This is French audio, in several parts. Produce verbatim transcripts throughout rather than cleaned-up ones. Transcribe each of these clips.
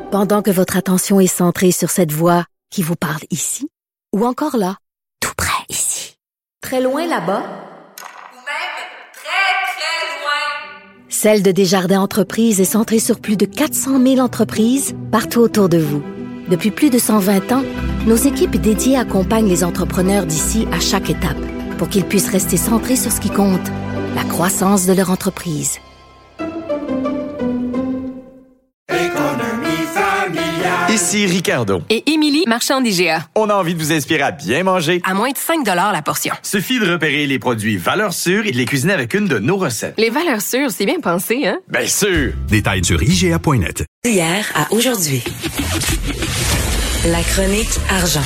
Pendant que votre attention est centrée sur cette voix qui vous parle ici, ou encore là, tout près ici, très loin là-bas, ou même très, très loin. Celle de Desjardins Entreprises est centrée sur plus de quatre cent mille entreprises partout autour de vous. Depuis plus de cent vingt ans, nos équipes dédiées accompagnent les entrepreneurs d'ici à chaque étape pour qu'ils puissent rester centrés sur ce qui compte, la croissance de leur entreprise. Ici Ricardo. Et Émilie, marchand d'I G A. On a envie de vous inspirer à bien manger. À moins de cinq dollars la portion. Suffit de repérer les produits valeurs sûres et de les cuisiner avec une de nos recettes. Les valeurs sûres, c'est bien pensé, hein? Bien sûr! Détails sur I G A point net. Hier à aujourd'hui. La chronique argent.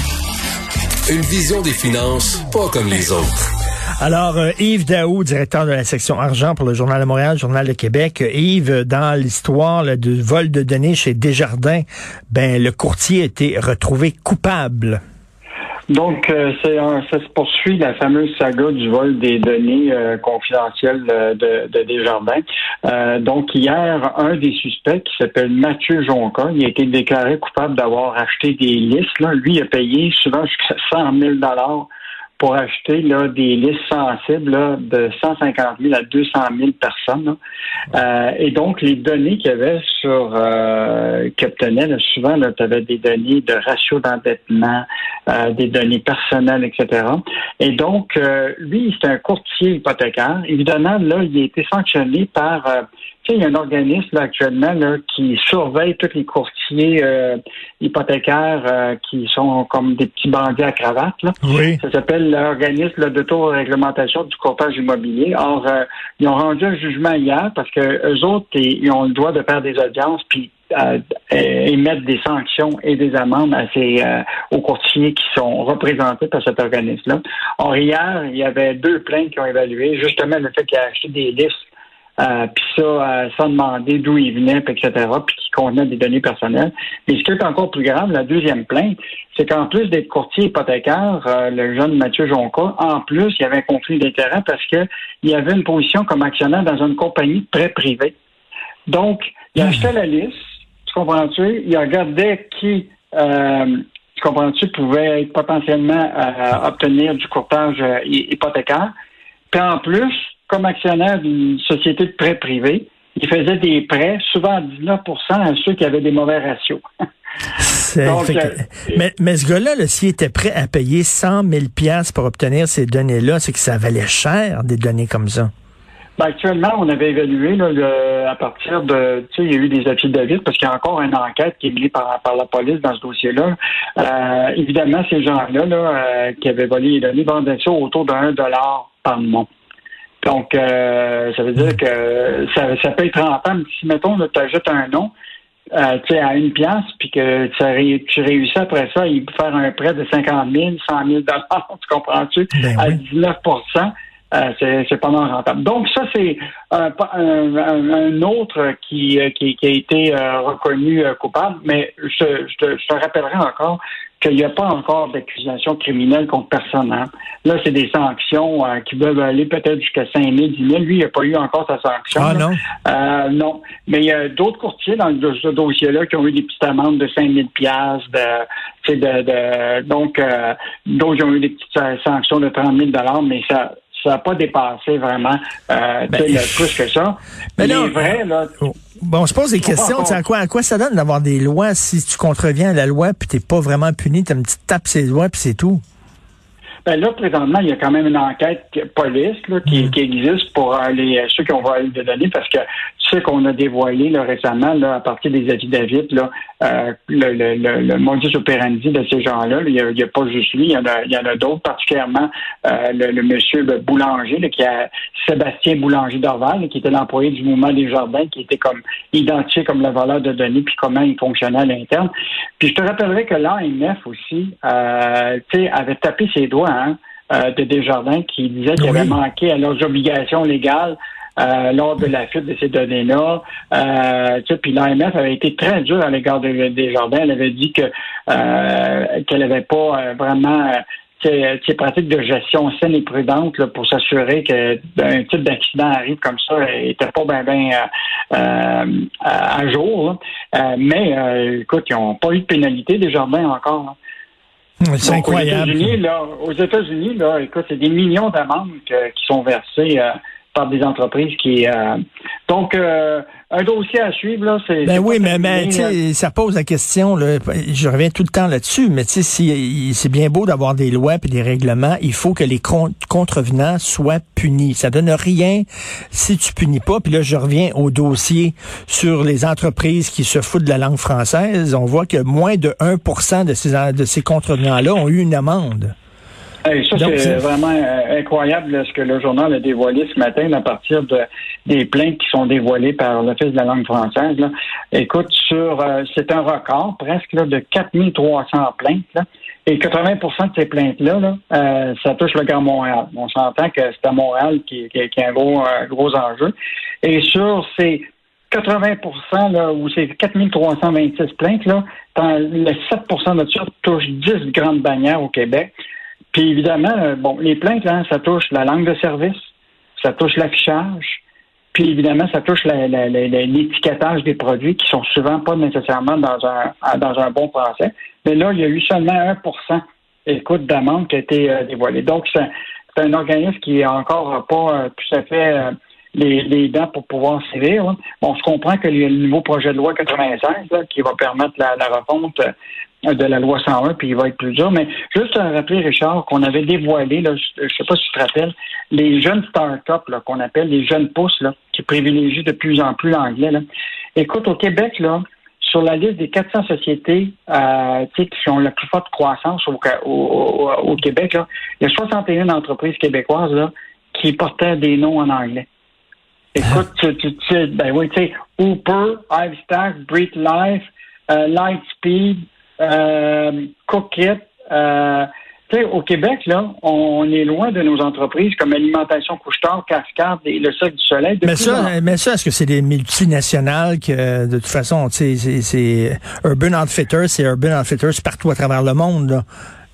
Une vision des finances pas comme les autres. Alors, euh, Yves Daou, directeur de la section argent pour le Journal de Montréal, Journal de Québec. Yves, dans l'histoire là, de vol de données chez Desjardins, ben le courtier a été retrouvé coupable. Donc, euh, c'est un, ça se poursuit la fameuse saga du vol des données euh, confidentielles euh, de, de Desjardins. Euh, donc, hier, un des suspects, qui s'appelle Mathieu Jonca, il a été déclaré coupable d'avoir acheté des listes. Là. Lui, il a payé souvent jusqu'à cent mille dollars pour acheter là, des listes sensibles là, de cent cinquante mille à deux cent mille personnes. Euh, et donc, les données qu'il y avait sur euh, qu'il obtenait, là, souvent, tu avais des données de ratio d'endettement, euh, des données personnelles, et cetera. Et donc, euh, lui, c'est un courtier hypothécaire. Évidemment, là, il a été sanctionné par... Euh, tu sais, il y a un organisme là, actuellement là, qui surveille tous les courtiers euh, hypothécaires euh, qui sont comme des petits bandits à cravate. Là. Oui. Ça s'appelle l'organisme d'autoréglementation du courtage immobilier. Or, euh, ils ont rendu un jugement hier parce que eux autres, ils ont le droit de faire des audiences puis euh, émettre des sanctions et des amendes à ces, euh, aux courtiers qui sont représentés par cet organisme-là. Or, hier, il y avait deux plaintes qui ont évalué justement le fait qu'il a acheté des listes. Euh, puis ça, euh, sans demander d'où il venait, et cetera, puis qui contenait des données personnelles. Mais ce qui est encore plus grave, la deuxième plainte, c'est qu'en plus d'être courtier hypothécaire, euh, le jeune Mathieu Jonca, en plus, il y avait un conflit d'intérêt parce que il avait une position comme actionnaire dans une compagnie de prêt privé. Donc, il achetait la liste, tu comprends-tu? Il regardait qui, euh, tu comprends-tu, pouvait être potentiellement euh, obtenir du courtage euh, hypothécaire. Puis en plus, comme actionnaire d'une société de prêt privé, il faisait des prêts, souvent à dix-neuf pour cent à ceux qui avaient des mauvais ratios. Donc, que, euh, mais, mais ce gars-là, là, s'il était prêt à payer cent mille dollars pour obtenir ces données-là, c'est que ça valait cher, des données comme ça. Ben, actuellement, on avait évalué là, le, à partir de... Tu sais, il y a eu des affidavits parce qu'il y a encore une enquête qui est menée par, par la police dans ce dossier-là. Euh, évidemment, ces gens-là là, euh, qui avaient volé les données vendaient ça autour de un dollar par mois. Donc, euh, ça veut dire que ça, ça peut être rentable. Si, mettons, tu ajoutes un nom euh, tu sais, à une pièce, puis que tu, ré, tu réussis après ça à y faire un prêt de cinquante mille, cent mille dollars, tu comprends-tu, ben à oui. dix-neuf pour cent, euh, c'est, c'est pas mal rentable. Donc, ça, c'est un, un, un autre qui, qui, qui a été euh, reconnu euh, coupable, mais je, je, te, je te rappellerai encore qu'il n'y a pas encore d'accusation criminelle contre personne. Hein. Là, c'est des sanctions euh, qui peuvent aller peut-être jusqu'à cinq mille, dix mille. Lui, il n'a pas eu encore sa sanction. Ah là. non? Euh, non. Mais il y a d'autres courtiers dans le, ce dossier-là qui ont eu des petites amendes de cinq mille dollars. De, de, de, donc, euh, d'autres qui ont eu des petites sanctions de trente mille dollars, mais ça... Ça n'a pas dépassé vraiment euh, ben, le, plus que ça. Mais là, vrai, là, bon, on se pose des questions. À quoi, à quoi ça donne d'avoir des lois si tu contreviens à la loi puis tu n'es pas vraiment puni, tu as une petite tape sur les lois puis c'est tout? Ben là, présentement, il y a quand même une enquête police là, qui, mmh. qui existe pour euh, les, ceux qui ont volé des données parce que tu sais qu'on a dévoilé là, récemment, là, à partir des affidavits, là, euh, le, le, le, le modus operandi de ces gens-là. Il n'y a, a pas juste lui, il y en a, il y en a d'autres, particulièrement euh, le, le monsieur Boulanger, là, qui a Sébastien Boulanger d'Orval, là, qui était l'employé du mouvement des Jardins, qui était comme identifié comme le voleur de données, puis comment il fonctionnait à l'interne. Puis je te rappellerai que l'A M F aussi, euh, tu sais, avait tapé ses doigts. Hein, euh, de Desjardins qui disaient qu'ils oui. avaient manqué à leurs obligations légales euh, lors de la fuite de ces données-là. Euh, puis l'A M F avait été très dur à l'égard de Desjardins. Elle avait dit que euh, qu'elle n'avait pas euh, vraiment... ces, ces pratiques de gestion saine et prudente là, pour s'assurer qu'un type d'accident arrive comme ça n'était pas bien ben, euh, euh, à jour. Euh, mais euh, écoute, ils n'ont pas eu de pénalité des jardins encore. Là. C'est Donc, incroyable. Aux États-Unis, là, aux États-Unis, là, écoute, c'est des millions d'amendes que, qui sont versées euh, par des entreprises qui. Euh, donc, euh, un dossier à suivre, là, c'est. Ben c'est oui, mais, terminé, mais tu sais, ça pose la question, là, je reviens tout le temps là-dessus, mais tu sais, si, c'est bien beau d'avoir des lois et des règlements, il faut que les con- contrevenants soient punis. Ça donne rien si tu punis pas. Puis là, je reviens au dossier sur les entreprises qui se foutent de la langue française. On voit que moins de un pour cent de ces, de ces contrevenants-là ont eu une amende. Hey, ça, Donc, c'est, c'est vraiment euh, incroyable là, ce que le journal a dévoilé ce matin à partir de des plaintes qui sont dévoilées par l'Office de la langue française. Là. Écoute, sur euh, c'est un record presque là, de quatre mille trois cents plaintes. Là, et quatre-vingts pour cent de ces plaintes-là, là, euh, ça touche le Grand Montréal. On s'entend que c'est à Montréal qui, qui, qui a un gros, euh, gros enjeu. Et sur ces quatre-vingts pour cent là, ou ces quatre mille trois cent vingt-six plaintes, là, le sept pour cent de ça touche dix grandes bannières au Québec. Puis évidemment, euh, bon, les plaintes, là, ça touche la langue de service, ça touche l'affichage, puis évidemment, ça touche la, la, la, l'étiquetage des produits qui sont souvent pas nécessairement dans un dans un bon français. Mais là, il y a eu seulement un pour cent, écoute, d'amende qui a été euh, dévoilée. Donc, c'est un, c'est un organisme qui n'a encore pas euh, tout à fait euh, les, les dents pour pouvoir sévir. Là. Bon, je comprends que le nouveau projet de loi quatre-vingt-seize, là, qui va permettre la, la refonte euh, de la loi cent un, puis il va être plus dur. Mais juste à rappeler, Richard, qu'on avait dévoilé, là, je ne sais pas si tu te rappelles, les jeunes start-up là, qu'on appelle les jeunes pousses, là, qui privilégient de plus en plus l'anglais. Là. Écoute, au Québec, là, sur la liste des quatre cents sociétés euh, qui ont la plus forte croissance au, au, au, au Québec, là, il y a soixante et une entreprises québécoises là, qui portaient des noms en anglais. Écoute, tu, tu, tu, ben oui, tu sais, Hooper, Hivestack, Breathe Life, euh, Lightspeed, Euh, Cookit, euh, tu sais, au Québec, là, on est loin de nos entreprises comme Alimentation Couche-Tard, Cascade et le Cercle du Soleil. Mais ça, mais ça, est-ce que c'est des multinationales que, de toute façon, tu sais, c'est, c'est Urban Outfitters, c'est Urban Outfitters partout à travers le monde, là.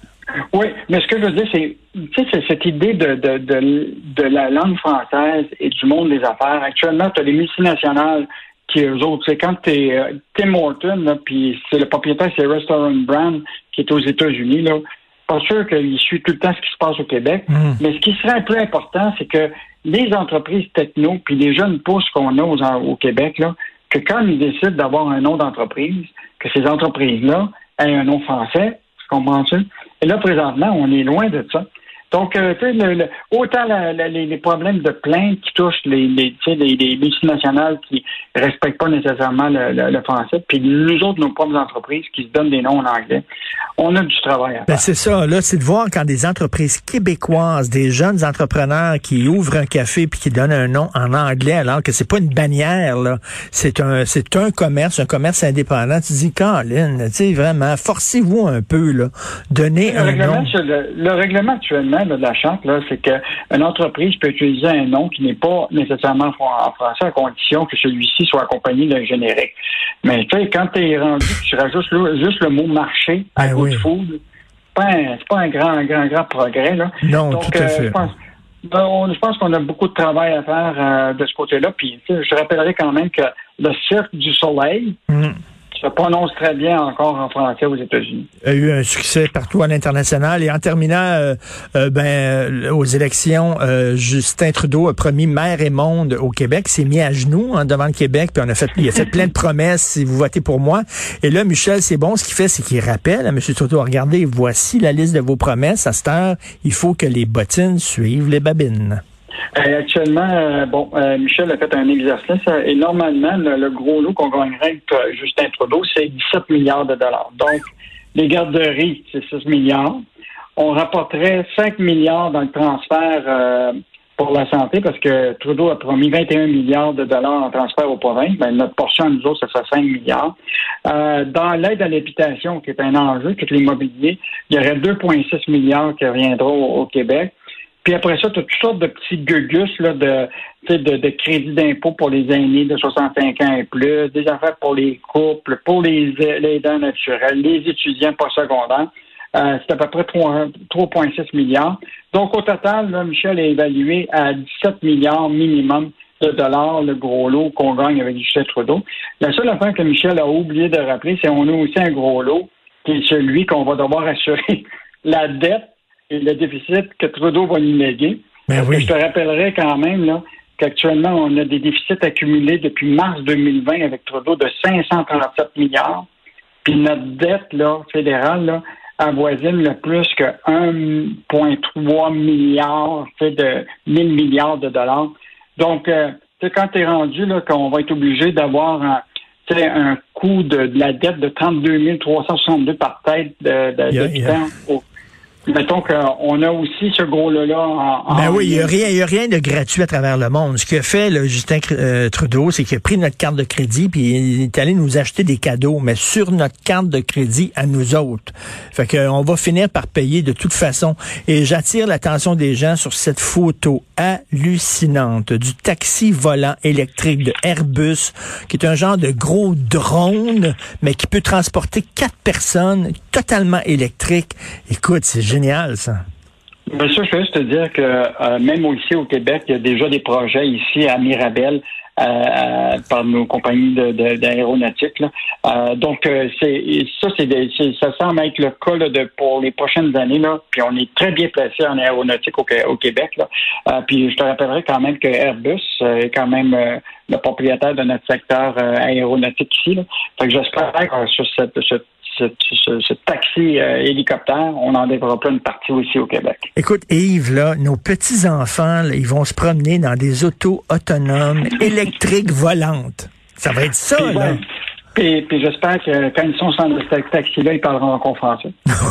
Oui, mais ce que je veux dire, c'est, tu sais, c'est cette idée de, de, de, de la langue française et du monde des affaires. Actuellement, tu as les multinationales qui, eux autres, c'est quand t'es euh, Tim Hortons, là, puis c'est le propriétaire, c'est Restaurant Brand, qui est aux États-Unis, là. Pas sûr qu'il suit tout le temps ce qui se passe au Québec, mmh. mais ce qui serait un peu important, c'est que les entreprises techno, puis les jeunes pousses qu'on a aux, au Québec, là, que quand ils décident d'avoir un nom d'entreprise, que ces entreprises-là aient un nom français, tu comprends-tu? Et là, présentement, on est loin de ça. Donc, euh, tu sais, le, le, autant la, la, les, les problèmes de plainte qui touchent les, les, tu sais, les, les multinationales qui respectent pas nécessairement le, le, le français, puis nous autres, nos propres entreprises qui se donnent des noms en anglais, on a du travail à faire. Ben c'est ça, là, c'est de voir quand des entreprises québécoises, des jeunes entrepreneurs qui ouvrent un café puis qui donnent un nom en anglais, alors que c'est pas une bannière, là, c'est un, c'est un commerce, un commerce indépendant. Tu dis, Colin, tu sais, vraiment, forcez-vous un peu, là, donnez le un règlement, nom. Le, le règlement actuellement de la charte, là, c'est qu'une entreprise peut utiliser un nom qui n'est pas nécessairement en français à condition que celui-ci soit accompagné d'un générique. Mais tu sais, quand tu es rendu, tu rajoutes le, juste le mot marché à ben oui. Good Food, c'est pas un, c'est pas un grand, un grand, grand progrès, là. Non, Donc, tout à euh, fait. Je pense, on, je pense qu'on a beaucoup de travail à faire euh, de ce côté-là. Puis, je rappellerai quand même que le Cirque du Soleil, mm. se prononce très bien encore en français aux États-Unis. Il y a eu un succès partout à l'international. Et en terminant, euh, euh, ben, euh, aux élections, euh, Justin Trudeau a promis mer et monde au Québec, s'est mis à genoux hein, devant le Québec, puis on a fait, il a fait plein de promesses, si vous votez pour moi. Et là, Michel, c'est bon, ce qu'il fait, c'est qu'il rappelle à M. Trudeau, regardez, voici la liste de vos promesses. À cette heure, il faut que les bottines suivent les babines. Euh, actuellement, euh, bon, euh, Michel a fait un exercice euh, et normalement, le, le gros lot qu'on gagnerait avec euh, Justin Trudeau, c'est dix-sept milliards de dollars. Donc, les garderies, c'est six milliards. On rapporterait cinq milliards dans le transfert euh, pour la santé parce que Trudeau a promis vingt et un milliards de dollars en transfert aux provinces. Ben, notre portion à nous autres, ça fait cinq milliards. Euh, dans l'aide à l'habitation, qui est un enjeu, tout l'immobilier, il y aurait deux virgule six milliards qui reviendront au, au Québec. Puis après ça, tu as toutes sortes de petits gugus là, de, de, de crédits d'impôt pour les aînés de soixante-cinq ans et plus, des affaires pour les couples, pour les, les aidants naturels, les étudiants postsecondaires. Euh, c'est à peu près trois virgule six milliards. Donc, au total, là, Michel est évalué à dix-sept milliards minimum de dollars, le gros lot qu'on gagne avec Justin Trudeau. La seule affaire que Michel a oublié de rappeler, c'est qu'on a aussi un gros lot, qui est celui qu'on va devoir assurer la dette et le déficit que Trudeau va nous léguer. Ben oui. Je te rappellerai quand même là, qu'actuellement, on a des déficits accumulés depuis mars deux mille vingt avec Trudeau de cinq cent trente-sept milliards. Puis notre dette là, fédérale là, avoisine le plus que un virgule trois milliard, de mille milliards de dollars. Donc, euh, tu sais, quand tu es rendu là, qu'on va être obligé d'avoir un, un coût de, de la dette de trente-deux mille trois cent soixante-deux par tête de, de, yeah, d'habitants yeah. au Mettons qu'on a aussi ce gros-là en... Ben en oui, il n'y a rien, il y a rien de gratuit à travers le monde. Ce que fait là, Justin euh, Trudeau, c'est qu'il a pris notre carte de crédit puis il est allé nous acheter des cadeaux, mais sur notre carte de crédit à nous autres. Fait que on va finir par payer de toute façon. Et j'attire l'attention des gens sur cette photo hallucinante du taxi volant électrique de Airbus, qui est un genre de gros drone, mais qui peut transporter quatre personnes, totalement électrique. Écoute, c'est génial, ça. Bien sûr, je veux juste te dire que euh, même ici au Québec, il y a déjà des projets ici à Mirabel euh, par nos compagnies de, de, d'aéronautique. Là. Euh, donc, euh, c'est ça, c'est, des, c'est ça semble être le cas là, de pour les prochaines années. Là. Puis on est très bien placé en aéronautique au, au Québec. Là. Euh, puis je te rappellerai quand même que Airbus euh, est quand même euh, le propriétaire de notre secteur euh, aéronautique ici. Là. Fait que j'espère que sur cette, cette Ce, ce, ce taxi euh, hélicoptère, on en développera une partie aussi au Québec. Écoute, Yves, là, nos petits-enfants, là, ils vont se promener dans des autos autonomes électriques volantes. Ça va être ça, puis, là. Puis, puis j'espère que quand ils sont sur ce taxi-là, ils parleront encore français.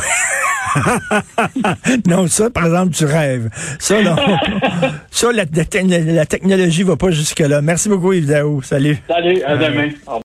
Non, ça, par exemple, tu rêves. Ça, non. Ça, la, la, la technologie va pas jusque-là. Merci beaucoup, Yves Daou. Salut. Salut, à demain. Au revoir.